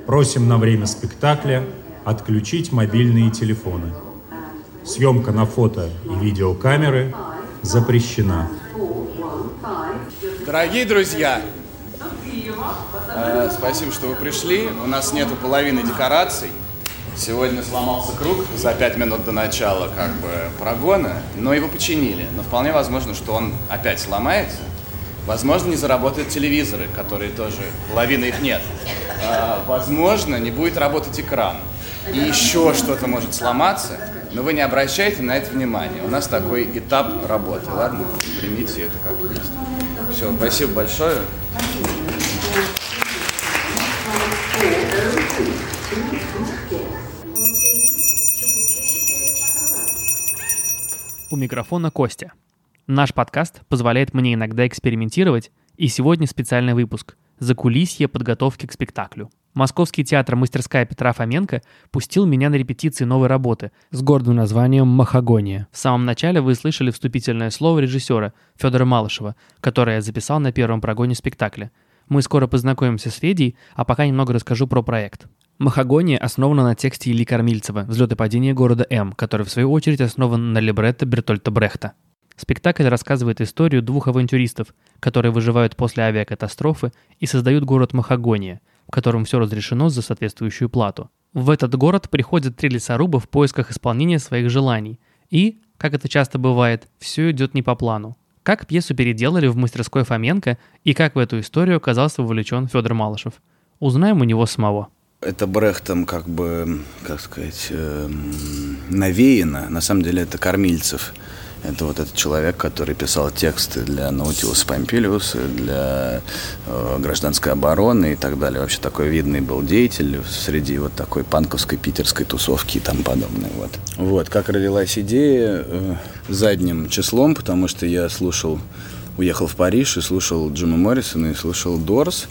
Просим на время спектакля отключить мобильные телефоны. Съемка на фото и видеокамеры запрещена. Дорогие друзья, спасибо, что вы пришли. У нас нету половины декораций. Сегодня сломался круг за 5 минут до начала прогона, но его починили. Но вполне возможно, что он опять сломается. Возможно, не заработают телевизоры, которые тоже, половины их нет. Возможно, не будет работать экран. И еще что-то может сломаться, но вы не обращайте на это внимания. У нас такой этап работы, ладно? Примите это как есть. Все, спасибо большое. У микрофона Костя. Наш подкаст позволяет мне иногда экспериментировать, и сегодня специальный выпуск «Закулисье подготовки к спектаклю». Московский театр «Мастерская Петра Фоменко» пустил меня на репетиции новой работы с гордым названием «Махагония». В самом начале вы слышали вступительное слово режиссера Федора Малышева, которое я записал на первом прогоне спектакля. Мы скоро познакомимся с Федей, а пока немного расскажу про проект. «Махагония» основана на тексте Ильи Кормильцева «Взлет и падение города М», который в свою очередь основан на либретто Бертольта Брехта. Спектакль рассказывает историю двух авантюристов, которые выживают после авиакатастрофы и создают город Махагония, в котором все разрешено за соответствующую плату. В этот город приходят 3 лесоруба в поисках исполнения своих желаний. И, как это часто бывает, все идет не по плану. Как пьесу переделали в мастерской Фоменко и как в эту историю оказался вовлечен Федор Малышев? Узнаем у него самого. Это Брехтом навеяно. На самом деле это Кормильцев. Это вот этот человек, который писал тексты для Наутилуса Помпилиуса, для гражданской обороны и так далее. Вообще такой видный был деятель среди вот такой панковской питерской тусовки и тому подобное. Вот как родилась идея задним числом, потому что я уехал в Париж и слушал Джима Моррисона и слушал Дорс.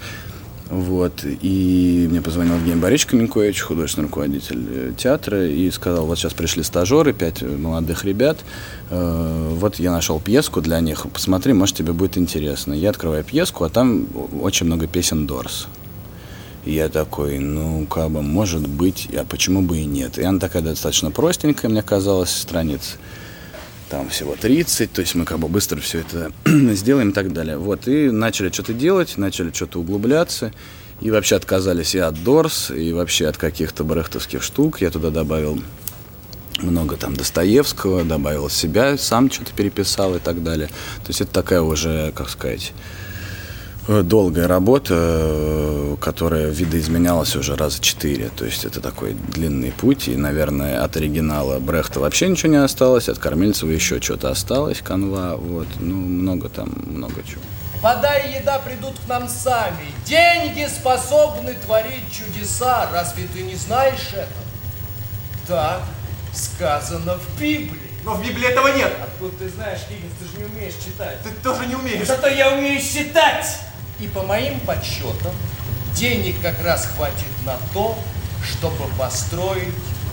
И мне позвонил Евгений Борисович Каменкович, художественный руководитель театра, и сказал: вот сейчас пришли стажеры, 5 молодых ребят, я нашел пьеску для них, посмотри, может, тебе будет интересно. Я открываю пьеску, а там очень много песен Дорс. И я такой, может быть, а почему бы и нет? И она такая достаточно простенькая, мне казалось, страниц там всего 30, то есть мы быстро все это сделаем и так далее. И начали что-то делать, начали что-то углубляться, и вообще отказались и от Дорс, и вообще от каких-то брехтовских штук. Я туда добавил много Достоевского, добавил себя, сам что-то переписал и так далее. То есть это такая уже, долгая работа, которая видоизменялась уже раза 4. То есть это такой длинный путь. И, наверное, от оригинала Брехта вообще ничего не осталось, от Кормильцева еще что-то осталось, канва. Много чего. Вода и еда придут к нам сами. Деньги способны творить чудеса. Разве ты не знаешь этого? Так сказано в Библии. Но в Библии этого нет. Откуда ты знаешь, Хиггинс, ты же не умеешь читать. Ты тоже не умеешь. Зато я умею считать. И по моим подсчетам, денег как раз хватит на то, чтобы построить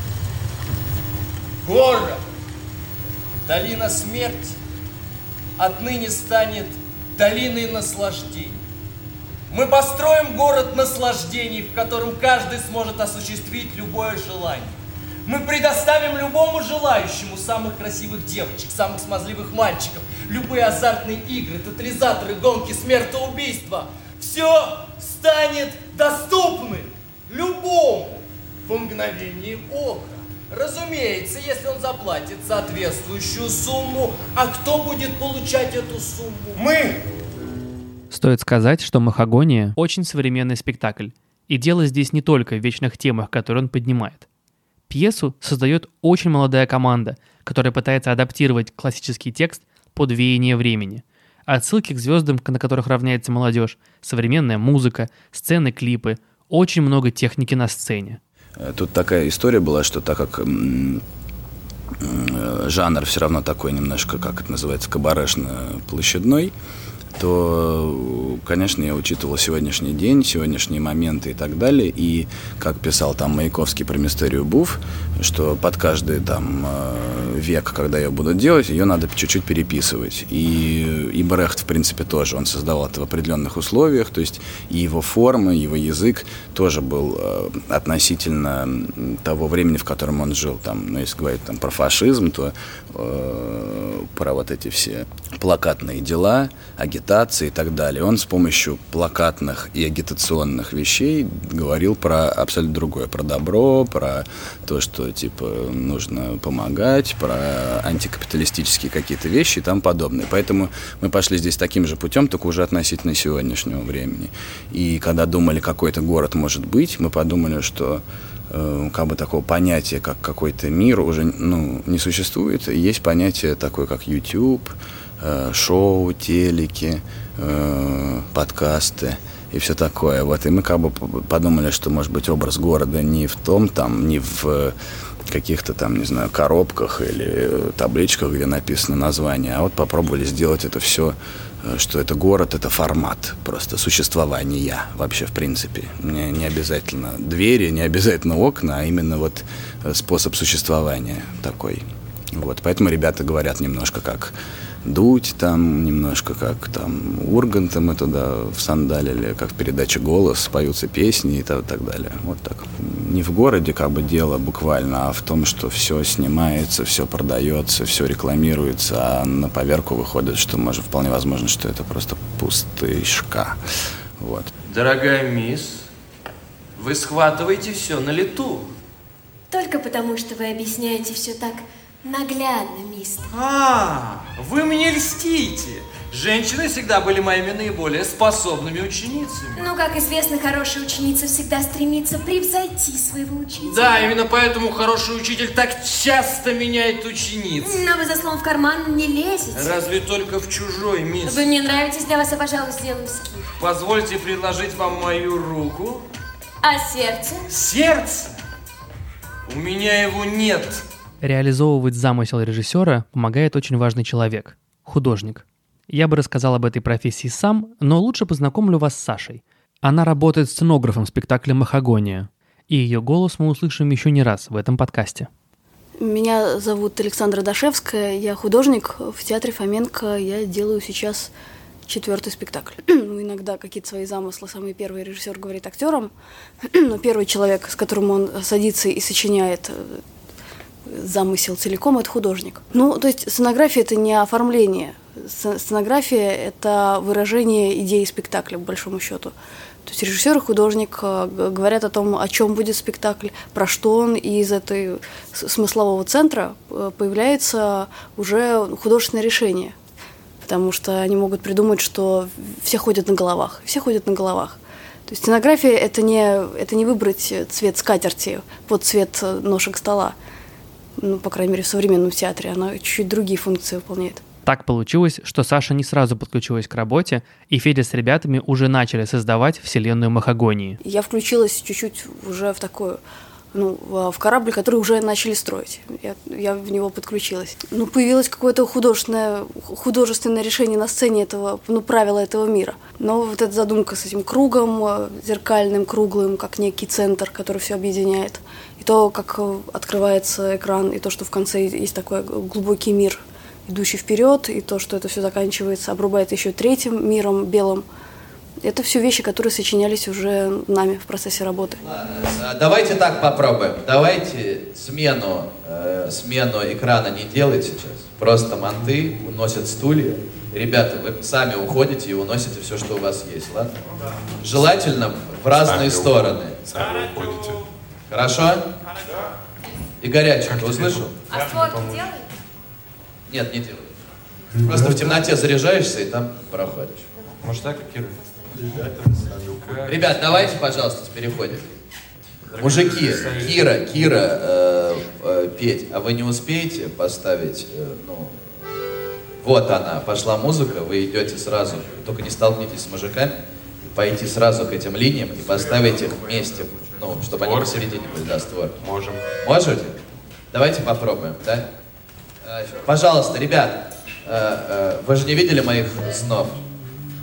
город. Долина смерти отныне станет долиной наслаждений. Мы построим город наслаждений, в котором каждый сможет осуществить любое желание. Мы предоставим любому желающему самых красивых девочек, самых смазливых мальчиков, любые азартные игры, тотализаторы, гонки, смертоубийства. Все станет доступным любому во мгновение ока. Разумеется, если он заплатит соответствующую сумму. А кто будет получать эту сумму? Мы! Стоит сказать, что «Махагония» — очень современный спектакль. И дело здесь не только в вечных темах, которые он поднимает. Пьесу создает очень молодая команда, которая пытается адаптировать классический текст под веяние времени. Отсылки к звездам, на которых равняется молодежь, современная музыка, сцены, клипы, очень много техники на сцене. Тут такая история была, что так как жанр все равно такой немножко, как это называется, кабарешно-площадной, то, конечно, я учитывал сегодняшний день, сегодняшние моменты и так далее. И, как писал там Маяковский про Мистерию Буф, что под каждый там век, когда ее будут делать, ее надо чуть-чуть переписывать. И Брехт, в принципе, тоже. Он создавал это в определенных условиях, то есть и его форма, его язык тоже был относительно того времени, в котором он жил. Там, ну, если говорить там, про фашизм, то про вот эти все плакатные дела, агитации и так далее. Он с помощью плакатных и агитационных вещей говорил про абсолютно другое, про добро, про то, что типа нужно помогать, про антикапиталистические какие-то вещи и тому подобное. Поэтому мы пошли здесь таким же путем, только уже относительно сегодняшнего времени. И когда думали, какой это город может быть, мы подумали, что как бы такого понятия, как какой-то мир, уже не существует. Есть понятие такое, как YouTube, шоу, телеки, подкасты и все такое. Вот. И мы как бы подумали, что, может быть, образ города не в том, там, не в каких-то там, не знаю, коробках или табличках, где написано название, а вот попробовали сделать это все, что это город, это формат просто существования вообще в принципе. Не обязательно двери, не обязательно окна, а именно вот способ существования такой. Вот. Поэтому ребята говорят немножко как Дудь, там немножко как там Урганта мы туда всандалили, как в передаче «Голос», поются песни и так далее. Вот так. Не в городе как бы дело буквально, а в том, что все снимается, все продается, все рекламируется, а на поверку выходит, что может вполне возможно, что это просто пустышка. Вот. Дорогая мисс, вы схватываете все на лету. Только потому, что вы объясняете все так наглядно, мистер. Вы мне льстите. Женщины всегда были моими наиболее способными ученицами. Ну, как известно, хорошая ученица всегда стремится превзойти своего учителя. Да, именно поэтому хороший учитель так часто меняет учениц. Но вы за словом в карман не лезете. Разве только в чужой, мисс. Вы мне нравитесь, для вас я, пожалуй, сделаю скидку. Позвольте предложить вам мою руку. А сердце? Сердце? У меня его нет. Реализовывать замысел режиссера помогает очень важный человек – художник. Я бы рассказал об этой профессии сам, но лучше познакомлю вас с Сашей. Она работает сценографом спектакля «Махагония», и ее голос мы услышим еще не раз в этом подкасте. Меня зовут Александра Дашевская, я художник. В театре Фоменко я делаю сейчас 4-й спектакль. Иногда какие-то свои замыслы самый первый режиссер говорит актерам, но первый человек, с которым он садится и сочиняет замысел целиком, это художник. Ну, то есть сценография – это не оформление. Сценография – это выражение идеи спектакля, по большому счету. То есть режиссер и художник говорят о том, о чем будет спектакль, про что он, и из этой смыслового центра появляется уже художественное решение. Потому что они могут придумать, что все ходят на головах. Все ходят на головах. То есть сценография – это не выбрать цвет скатерти под цвет ножек стола. Ну, по крайней мере, в современном театре она чуть-чуть другие функции выполняет. Так получилось, что Саша не сразу подключилась к работе, и Федя с ребятами уже начали создавать вселенную Махагонии. Я включилась чуть-чуть уже в такую, в корабль, который уже начали строить. Я в него подключилась. Появилось какое-то художественное решение на сцене этого, правила этого мира. Но вот эта задумка с этим кругом, зеркальным, круглым, как некий центр, который все объединяет. И то, как открывается экран, и то, что в конце есть такой глубокий мир, идущий вперед, и то, что это все заканчивается, обрубает еще третьим миром, белым. Это все вещи, которые сочинялись уже нами в процессе работы. Ладно, давайте так попробуем. Давайте смену экрана не делайте сейчас. Просто манты уносят стулья. Ребята, вы сами уходите и уносите все, что у вас есть, ладно? Желательно в разные стороны. Сами уходите. Хорошо? Игоряченко, услышал? А створки делай? Нет, не делай. Просто в темноте заряжаешься и там проходишь. Может так, Кира? Ребят, давайте, пожалуйста, переходим. Мужики, Кира, Петь, а вы не успеете поставить, вот она, пошла музыка, вы идете сразу, только не столкнитесь с мужиками, пойти сразу к этим линиям и поставить их вместе, чтобы они посередине были, да, створки. Можем. Можете? Давайте попробуем, да? Пожалуйста, ребят, вы же не видели моих снов?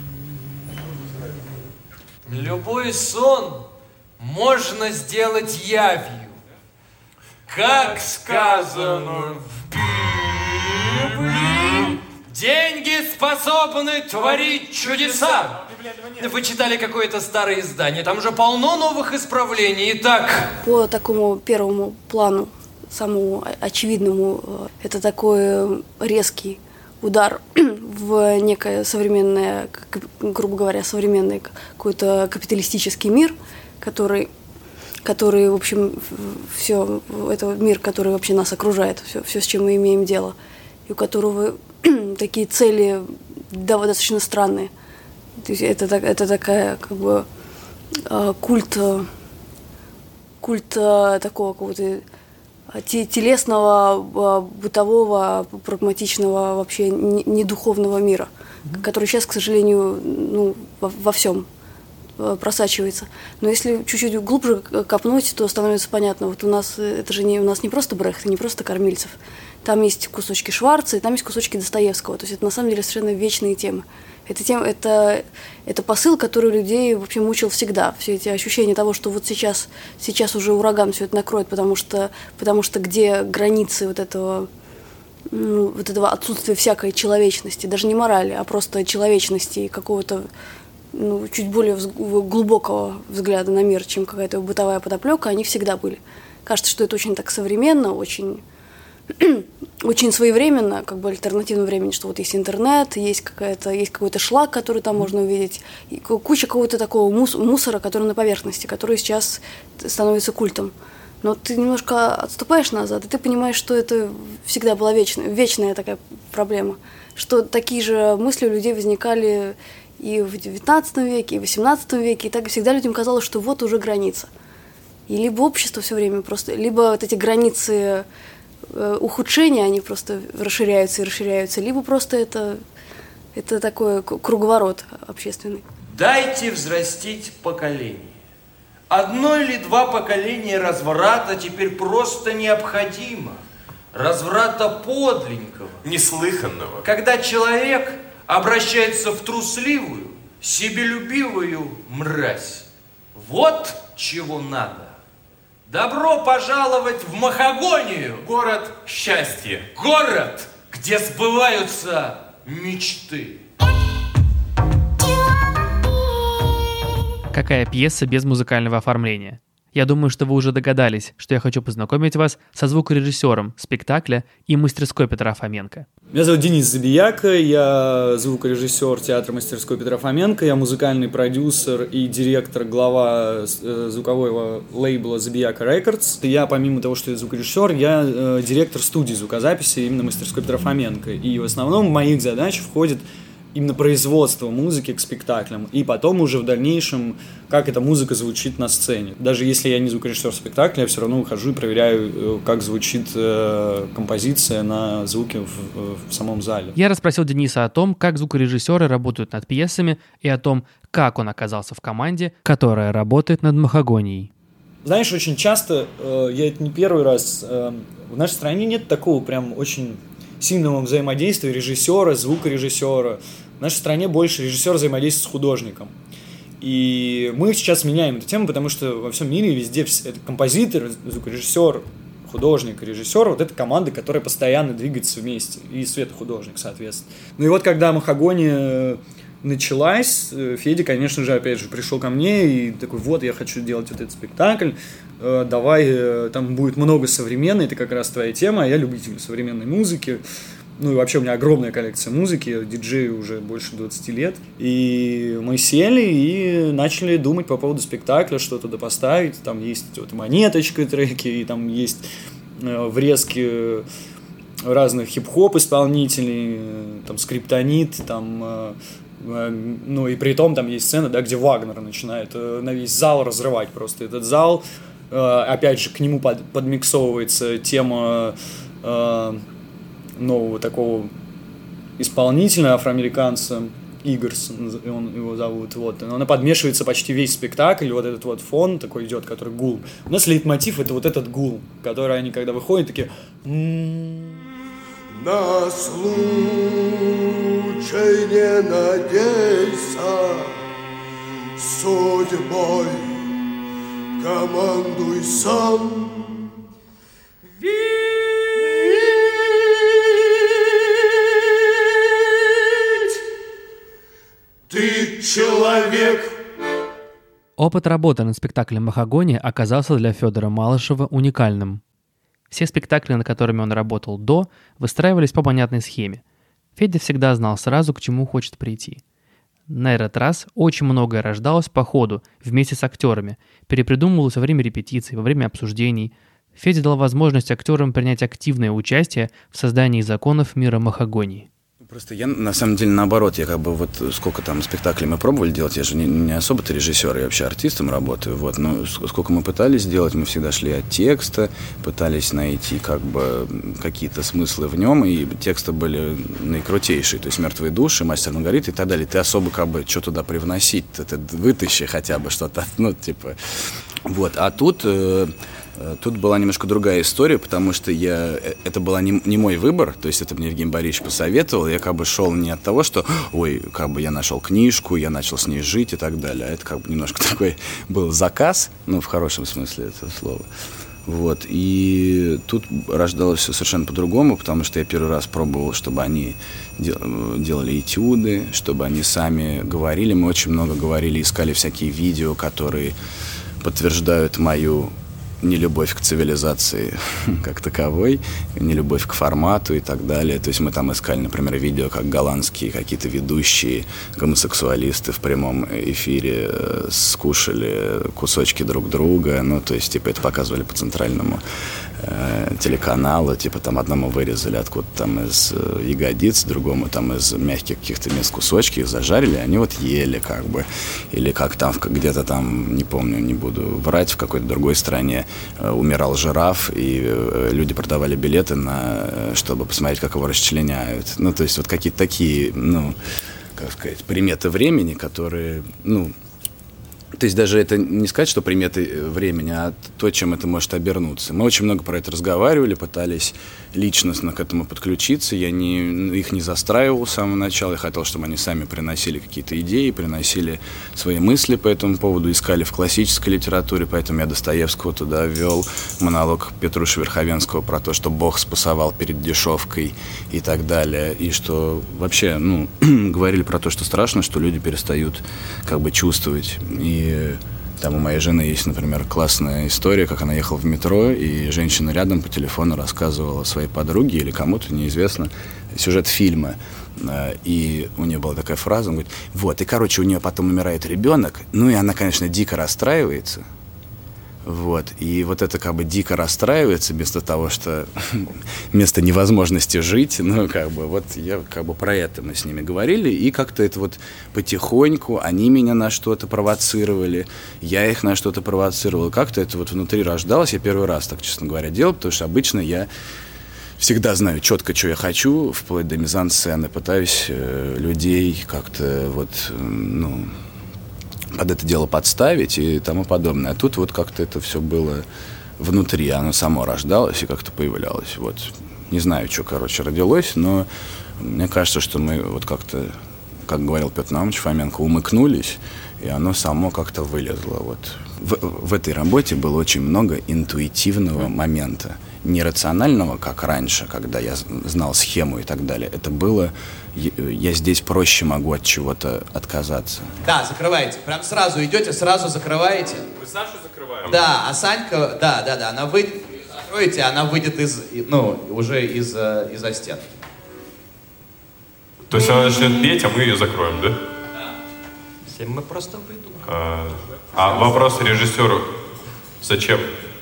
Любой сон можно сделать явью. Как сказано в Библии, деньги способны творить чудеса. Вы читали какое-то старое издание, там же полно новых исправлений. Итак, по такому первому плану, самому очевидному, это такой резкий удар в некое современное, грубо говоря, современный какой-то капиталистический мир, который, в общем, все, это мир, который вообще нас окружает, все, с чем мы имеем дело, и у которого такие цели достаточно странные. То есть это такая, как бы, культ такого какого-то телесного, бытового, прагматичного, вообще недуховного мира, который сейчас, к сожалению, во всем просачивается. Но если чуть-чуть глубже копнуть, то становится понятно. Вот у нас у нас не просто Брехт, не просто Кормильцев. Там есть кусочки Шварца, и там есть кусочки Достоевского. То есть это на самом деле совершенно вечные темы. Это посыл, который людей вообще мучил всегда. Все эти ощущения того, что вот сейчас уже ураган все это накроет, потому что где границы вот этого отсутствия всякой человечности, даже не морали, а просто человечности и какого-то чуть более глубокого взгляда на мир, чем какая-то бытовая подоплека, они всегда были. Кажется, что это очень так современно, очень своевременно, как бы альтернативном времени, что вот есть интернет, есть какой-то шлак, который там можно увидеть, и куча какого-то такого мусора, который на поверхности, который сейчас становится культом. Но ты немножко отступаешь назад, и ты понимаешь, что это всегда была вечная такая проблема, что такие же мысли у людей возникали и в XIX веке, и в XVIII веке, и так всегда людям казалось, что вот уже граница. И либо общество все время просто, либо вот эти границы ухудшения, они просто расширяются и расширяются, либо просто это такой круговорот общественный. дайте взрастить поколение. Одно или два поколения разврата теперь просто необходимо. Разврата подлинного, Неслыханного. когда человек обращается в трусливую, себелюбивую мразь. Вот чего надо. Добро пожаловать в Махагонию! Город счастья. Город, где сбываются мечты. Какая пьеса без музыкального оформления? Я думаю, что вы уже догадались, что я хочу познакомить вас со звукорежиссером спектакля и мастерской Петра Фоменко. Меня зовут Денис Забияка, я звукорежиссер театра мастерской Петра Фоменко, я музыкальный продюсер и директор, глава звукового лейбла Забияка Рекордс. Я, помимо того, что я звукорежиссер, я директор студии звукозаписи именно мастерской Петра Фоменко. И в основном в моих задач входит именно производство музыки к спектаклям, и потом уже в дальнейшем, как эта музыка звучит на сцене. Даже если я не звукорежиссер спектакля, я все равно выхожу и проверяю, как звучит композиция на звуке в самом зале. Я расспросил Дениса о том, как звукорежиссеры работают над пьесами, и о том, как он оказался в команде, которая работает над Махагонией. Знаешь, очень часто, я это не первый раз, в нашей стране нет такого прям очень сильного взаимодействия режиссера, звукорежиссера. В нашей стране больше режиссер взаимодействует с художником. И мы сейчас меняем эту тему, потому что во всем мире везде это композитор, звукорежиссер, художник, режиссер, вот это команда, которая постоянно двигается вместе. И светохудожник, соответственно. Ну и вот когда Махагония началась, Федя, конечно же, опять же, пришел ко мне и такой, вот, я хочу делать вот этот спектакль, давай, там будет много современной, это как раз твоя тема, я любитель современной музыки. Ну и вообще у меня огромная коллекция музыки, я диджею уже больше 20 лет. И мы сели и начали думать по поводу спектакля, что туда поставить. Там есть вот монеточка треки, и там есть врезки разных хип-хоп исполнителей, там Скриптонит, там, ну и при том там есть сцена, да, где Вагнер начинает на весь зал разрывать просто этот зал. Опять же, к нему подмиксовывается тема нового такого исполнителя, афроамериканца, Игорс, он его зовут, вот. Она подмешивается почти весь спектакль, вот этот вот фон такой идет, который гул. У нас лейтмотив — это вот этот гул, который они, когда выходят, такие... На случай не надейся, судьбой командуй сам. Ты человек. Опыт работы над спектаклем «Махагония» оказался для Федора Малышева уникальным. Все спектакли, над которыми он работал до, выстраивались по понятной схеме. Федя всегда знал сразу, к чему хочет прийти. На этот раз очень многое рождалось по ходу, вместе с актерами, перепридумывалось во время репетиций, во время обсуждений. Федя дал возможность актерам принять активное участие в создании законов мира Махагонии. Просто я, на самом деле, наоборот, я как бы вот сколько там спектаклей мы пробовали делать, я же не особо-то режиссер, я вообще артистом работаю, вот, но сколько мы пытались сделать, мы всегда шли от текста, пытались найти как бы какие-то смыслы в нем, и тексты были наикрутейшие, то есть «Мертвые души», «Мастер Маргарита» и так далее, ты особо как бы что туда привносить, ты вытащи хотя бы что-то, ну, типа, вот, а тут была немножко другая история, потому что это был не мой выбор, то есть это мне Евгений Борисович посоветовал, я как бы шел не от того, что, ой, как бы я нашел книжку, я начал с ней жить и так далее, а это как бы немножко такой был заказ, ну, в хорошем смысле этого слова. Вот, и тут рождалось все совершенно по-другому, потому что я первый раз пробовал, чтобы они делали этюды, чтобы они сами говорили, мы очень много говорили, искали всякие видео, которые подтверждают мою нелюбовь к цивилизации как таковой, нелюбовь к формату и так далее. То есть мы там искали, например, видео, как голландские какие-то ведущие гомосексуалисты в прямом эфире скушали кусочки друг друга. Ну, то есть, типа, это показывали по центральному телеканалу. Типа, там одному вырезали откуда-то там из ягодиц, другому там из мягких каких-то мест кусочки, их зажарили, они вот ели как бы. Или как там где-то там, не помню, не буду врать, в какой-то другой стране умирал жираф, и люди продавали билеты, чтобы посмотреть, как его расчленяют. Ну, то есть вот какие-то такие, ну, как сказать, приметы времени, которые, ну, то есть даже это не сказать, что приметы времени, а то, чем это может обернуться. Мы очень много про это разговаривали, пытались личностно к этому подключиться. Я их не застраивал с самого начала. Я хотел, чтобы они сами приносили какие-то идеи, приносили свои мысли по этому поводу, искали в классической литературе, поэтому я Достоевского туда ввел, монолог Петруши Верховенского про то, что Бог спасовал перед дешевкой и так далее. И что вообще, ну, говорили про то, что страшно, что люди перестают как бы чувствовать. И там у моей жены есть, например, классная история, как она ехала в метро, и женщина рядом по телефону рассказывала своей подруге или кому-то, неизвестно, сюжет фильма. И у нее была такая фраза, он говорит, вот, и, короче, у нее потом умирает ребенок, ну, и она, конечно, дико расстраивается. Вот, и вот это как бы дико расстраивается вместо того, что вместо невозможности жить, ну, как бы, вот я как бы про это мы с ними говорили, и как-то это вот потихоньку, они меня на что-то провоцировали, я их на что-то провоцировал, как-то это вот внутри рождалось, я первый раз так, честно говоря, делал, потому что обычно я всегда знаю четко, что я хочу, вплоть до мизансцены, пытаюсь людей как-то вот, ну, под это дело подставить и тому подобное. А тут вот как-то это все было внутри, оно само рождалось и как-то появлялось. Вот. Не знаю, что, короче, родилось, но мне кажется, что мы вот как-то, как говорил Петр Наумович Фоменко, умыкнулись, и оно само как-то вылезло. Вот. В этой работе было очень много интуитивного момента. Не рационального, как раньше, когда я знал схему и так далее. Это было, я здесь проще могу от чего-то отказаться. Да, закрываете. Прям сразу идете, сразу закрываете. Мы Сашу закрываем? Да, а Санька, да, она выйдет, закроете, она выйдет уже из-за стен. То есть она начнет петь, а мы ее закроем, да? Да. Всем мы просто выйдем. А вопрос режиссеру. Зачем?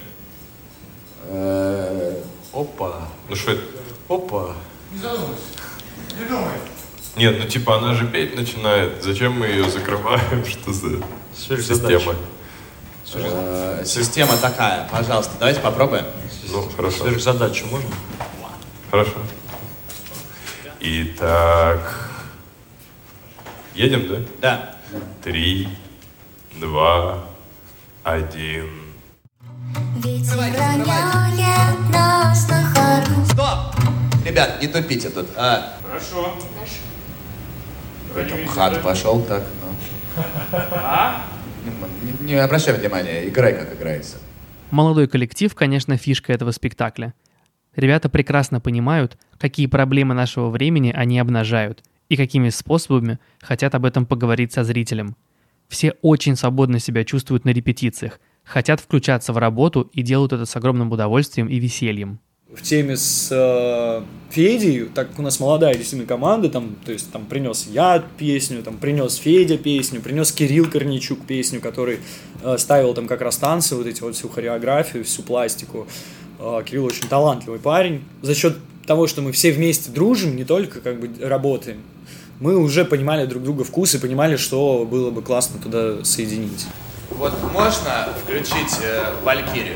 Опа. Ну что это? Опа. Не задумайся. Не думай. Нет, ну типа она же петь начинает. Зачем мы ее закрываем? Что за система? Система такая. Пожалуйста, давайте попробуем. Ну, хорошо. Сверхзадачу можно? Хорошо. Итак. Едем, да? Да. 3, 2, 1. Стоп! Ребят, не тупите тут. Хорошо. Потом хат пошел так. Ну. Не обращай внимания, играй, как играется. Молодой коллектив, конечно, фишка этого спектакля. Ребята прекрасно понимают, какие проблемы нашего времени они обнажают и какими способами хотят об этом поговорить со зрителем. Все очень свободно себя чувствуют на репетициях, хотят включаться в работу и делают это с огромным удовольствием и весельем. В теме с Федей, так как у нас молодая действительно команда, там, то есть там принес я песню, там принес Федя песню, принес Кирилл Корнейчук песню, который ставил там как раз танцы, вот эти вот всю хореографию, всю пластику. Кирилл очень талантливый парень. За счет того, что мы все вместе дружим, не только как бы работаем, мы уже понимали друг друга вкус и понимали, что было бы классно туда соединить. Вот можно включить Валькирию?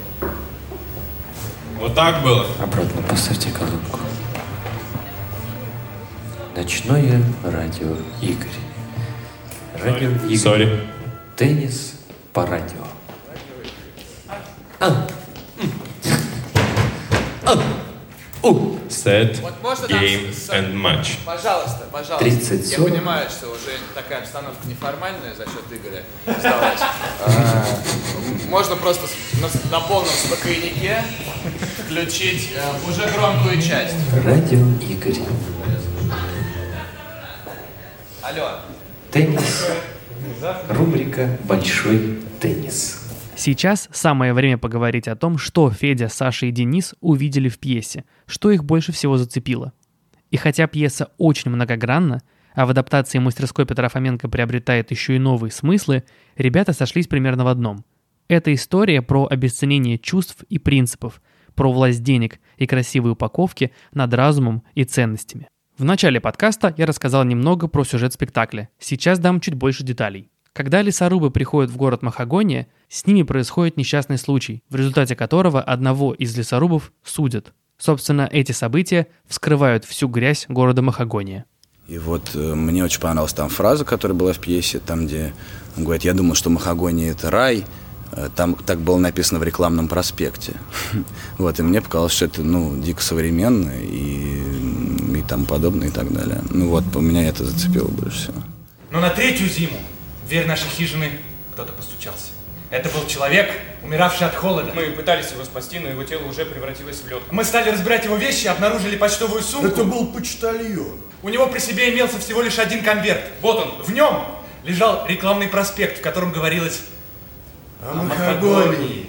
Вот так было. Обратно поставьте колонку. Ночное радио Игорь. Радио Игорь. Сори. Теннис по радио. Set, Вот можно game нам and match. Пожалуйста. 30, Я 40. понимаю, что уже такая обстановка неформальная за счет Игоря сдалась. Можно просто на полном спокойнике включить уже громкую часть. Радио Игорь. Алло. Теннис. Рубрика «Большой теннис». Сейчас самое время поговорить о том, что Федя, Саша и Денис увидели в пьесе, что их больше всего зацепило. И хотя пьеса очень многогранна, а в адаптации мастерской Петра Фоменко приобретает еще и новые смыслы, ребята сошлись примерно в одном. Это история про обесценение чувств и принципов, про власть денег и красивые упаковки над разумом и ценностями. В начале подкаста я рассказал немного про сюжет спектакля, сейчас дам чуть больше деталей. Когда лесорубы приходят в город Махагония, с ними происходит несчастный случай, в результате которого одного из лесорубов судят. Собственно, эти события вскрывают всю грязь города Махагония. И вот мне очень понравилась там фраза, которая была в пьесе, там, где он говорит: «Я думал, что Махагония – это рай». Там так было написано в рекламном проспекте. Вот, и мне показалось, что это, дико современно и тому подобное и так далее. Меня это зацепило больше всего. Но на третью зиму в дверь нашей хижины кто-то постучался. Это был человек, умиравший от холода. Мы пытались его спасти, но его тело уже превратилось в лед. Мы стали разбирать его вещи, обнаружили почтовую сумку. Это был почтальон. У него при себе имелся всего лишь один конверт. Вот он. В нем лежал рекламный проспект, в котором говорилось о Махагонии.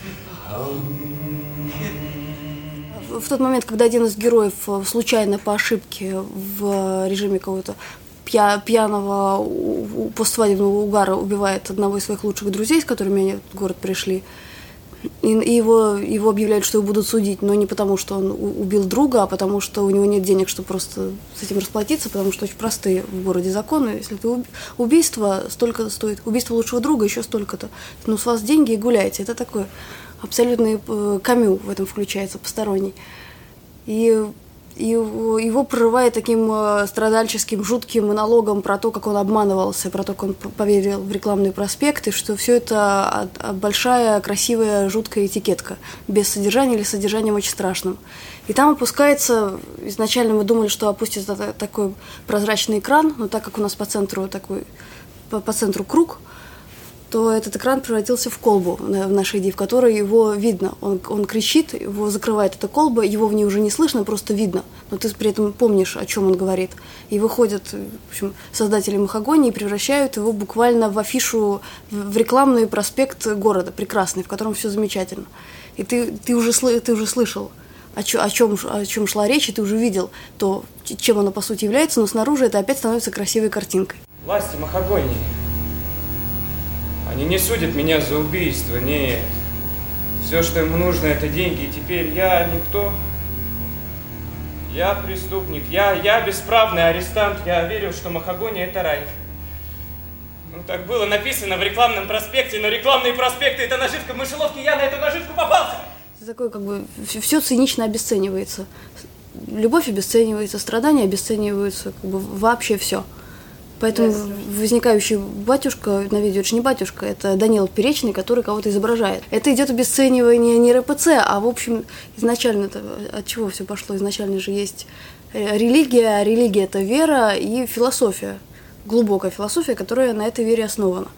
В тот момент, когда один из героев случайно по ошибке в режиме какого-то пьяного постсвадебного угара убивает одного из своих лучших друзей, с которыми они в город пришли, и его объявляют, что его будут судить, но не потому, что он убил друга, а потому, что у него нет денег, чтобы просто с этим расплатиться, потому что очень простые в городе законы. Если ты убийство столько стоит, убийство лучшего друга еще столько-то, с вас деньги и гуляйте. Это такой абсолютный камю в этом включается, посторонний. И его прорывает таким страдальческим, жутким монологом про то, как он обманывался, про то, как он поверил в рекламный проспект, и что все это большая, красивая, жуткая этикетка, без содержания или с содержанием очень страшным. И там опускается, изначально мы думали, что опустится такой прозрачный экран, но так как у нас по центру круг, то этот экран превратился в колбу в нашей идее, в которой его видно. Он кричит, его закрывает эта колба, его в ней уже не слышно, просто видно. Но ты при этом помнишь, о чем он говорит. И выходят, в общем, создатели Махагонии и превращают его буквально в афишу, в рекламный проспект города, прекрасный, в котором все замечательно. И ты уже слышал, о чем шла речь, и ты уже видел то, чем оно по сути является, но снаружи это опять становится красивой картинкой. Власти Махагонии. Они не судят меня за убийство, нет. Все, что им нужно, это деньги, и теперь я никто. Я преступник, я бесправный арестант, я верил, что Махагония – это рай. Так было написано в рекламном проспекте, но рекламные проспекты – это наживка в мышеловке, я на эту наживку попался. Это такое, все цинично обесценивается. Любовь обесценивается, страдания обесцениваются, вообще все. Поэтому возникающий батюшка на видео, это же не батюшка, это Данил Перечный, который кого-то изображает. Это идет обесценивание не РПЦ, а в общем изначально от чего все пошло? Изначально же есть религия, а религия – это вера и философия, глубокая философия, которая на этой вере основана.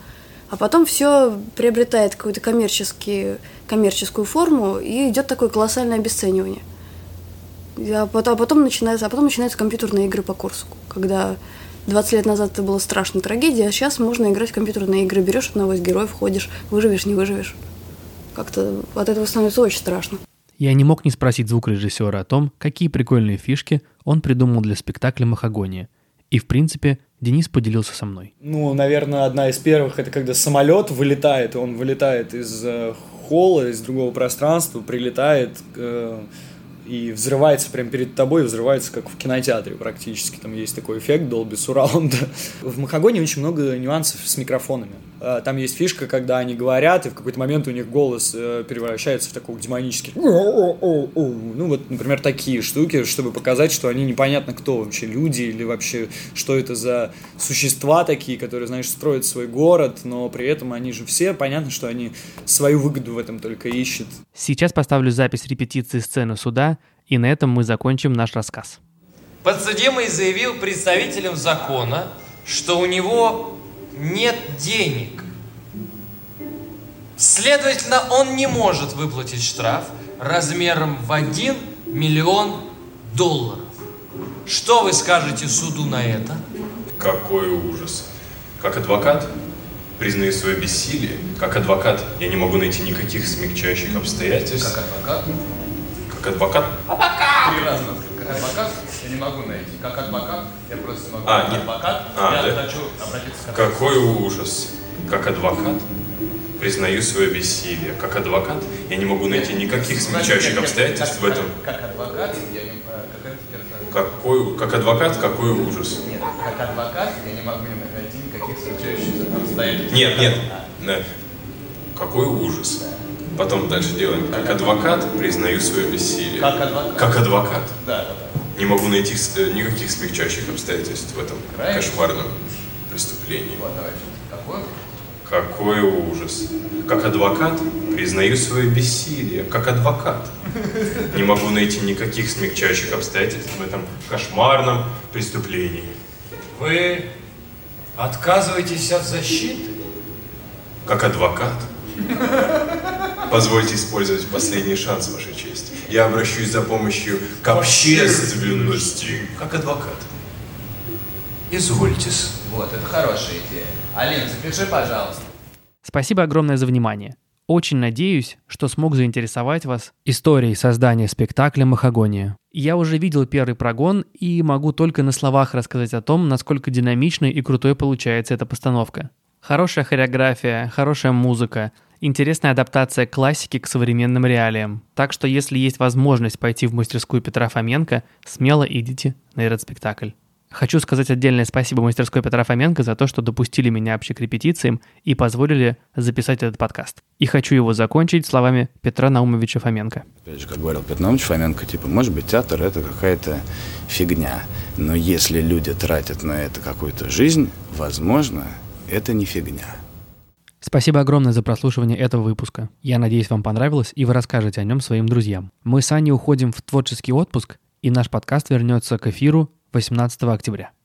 А потом все приобретает какую-то коммерческую форму, и идет такое колоссальное обесценивание. А потом начинаются компьютерные игры по Корсаку, когда 20 лет назад это была страшная трагедия, а сейчас можно играть в компьютерные игры. Берешь одного из героев, ходишь, выживешь, не выживешь. Как-то от этого становится очень страшно. Я не мог не спросить звукорежиссера о том, какие прикольные фишки он придумал для спектакля «Махагония». И, в принципе, Денис поделился со мной. Ну, наверное, одна из первых — это когда самолет вылетает, он вылетает из холла, из другого пространства, прилетает и взрывается прямо перед тобой, взрывается как в кинотеатре практически. Там есть такой эффект Dolby Surround. В «Махагонии» очень много нюансов с микрофонами. Там есть фишка, когда они говорят, и в какой-то момент у них голос превращается в такой демонический. Ну вот, например, такие штуки, чтобы показать, что они непонятно кто вообще, люди или вообще что это за существа такие, которые, знаешь, строят свой город, но при этом они же все, понятно, что они свою выгоду в этом только ищут. Сейчас поставлю запись репетиции сцены суда, и на этом мы закончим наш рассказ. Подсудимый заявил представителям закона, что у него нет денег. Следовательно, он не может выплатить штраф размером в $1 миллион. Что вы скажете суду на это? Какой ужас. Как адвокат признаю свое бессилие. Как адвокат я не могу найти никаких смягчающих обстоятельств. Как адвокат? Как адвокат? Три раза. Как адвокат я не могу найти. Как адвокат я просто могу. Как адвокат я хочу обратиться к адвокату. Какой ужас. Как адвокат признаю свое бессилие. Как адвокат я не могу найти никаких смягчающих обстоятельств в этом. Как адвокат я не... Как адвокат, какой ужас. Нет, как адвокат я не могу найти никаких смягчающих обстоятельств. Нет. Какой ужас. Потом дальше делаем. Как адвокат признаю свое бессилие. Как адвокат. Да. Не могу найти никаких смягчающих обстоятельств в этом кошмарном преступлении. Какой ужас. Как адвокат признаю свое бессилие. Как адвокат. Не могу найти никаких смягчающих обстоятельств в этом кошмарном преступлении. Вы отказываетесь от защиты? Как адвокат. Позвольте использовать последний шанс, Ваша честь. Я обращусь за помощью к общественности. Как адвокат. Извольтесь. Вот, это хорошая идея. Алина, запиши, пожалуйста. Спасибо огромное за внимание. Очень надеюсь, что смог заинтересовать вас историей создания спектакля «Махагония». Я уже видел первый прогон и могу только на словах рассказать о том, насколько динамичной и крутой получается эта постановка. Хорошая хореография, хорошая музыка, интересная адаптация классики к современным реалиям. Так что если есть возможность пойти в мастерскую Петра Фоменко, смело идите на этот спектакль. Хочу сказать отдельное спасибо мастерской Петра Фоменко за то, что допустили меня вообще к репетициям и позволили записать этот подкаст. И хочу его закончить словами Петра Наумовича Фоменко. Опять же, как говорил Петр Наумович Фоменко, может быть, театр — это какая-то фигня. Но если люди тратят на это какую-то жизнь, возможно, это не фигня. Спасибо огромное за прослушивание этого выпуска. Я надеюсь, вам понравилось, и вы расскажете о нем своим друзьям. Мы с Аней уходим в творческий отпуск, и наш подкаст вернется к эфиру 18 октября.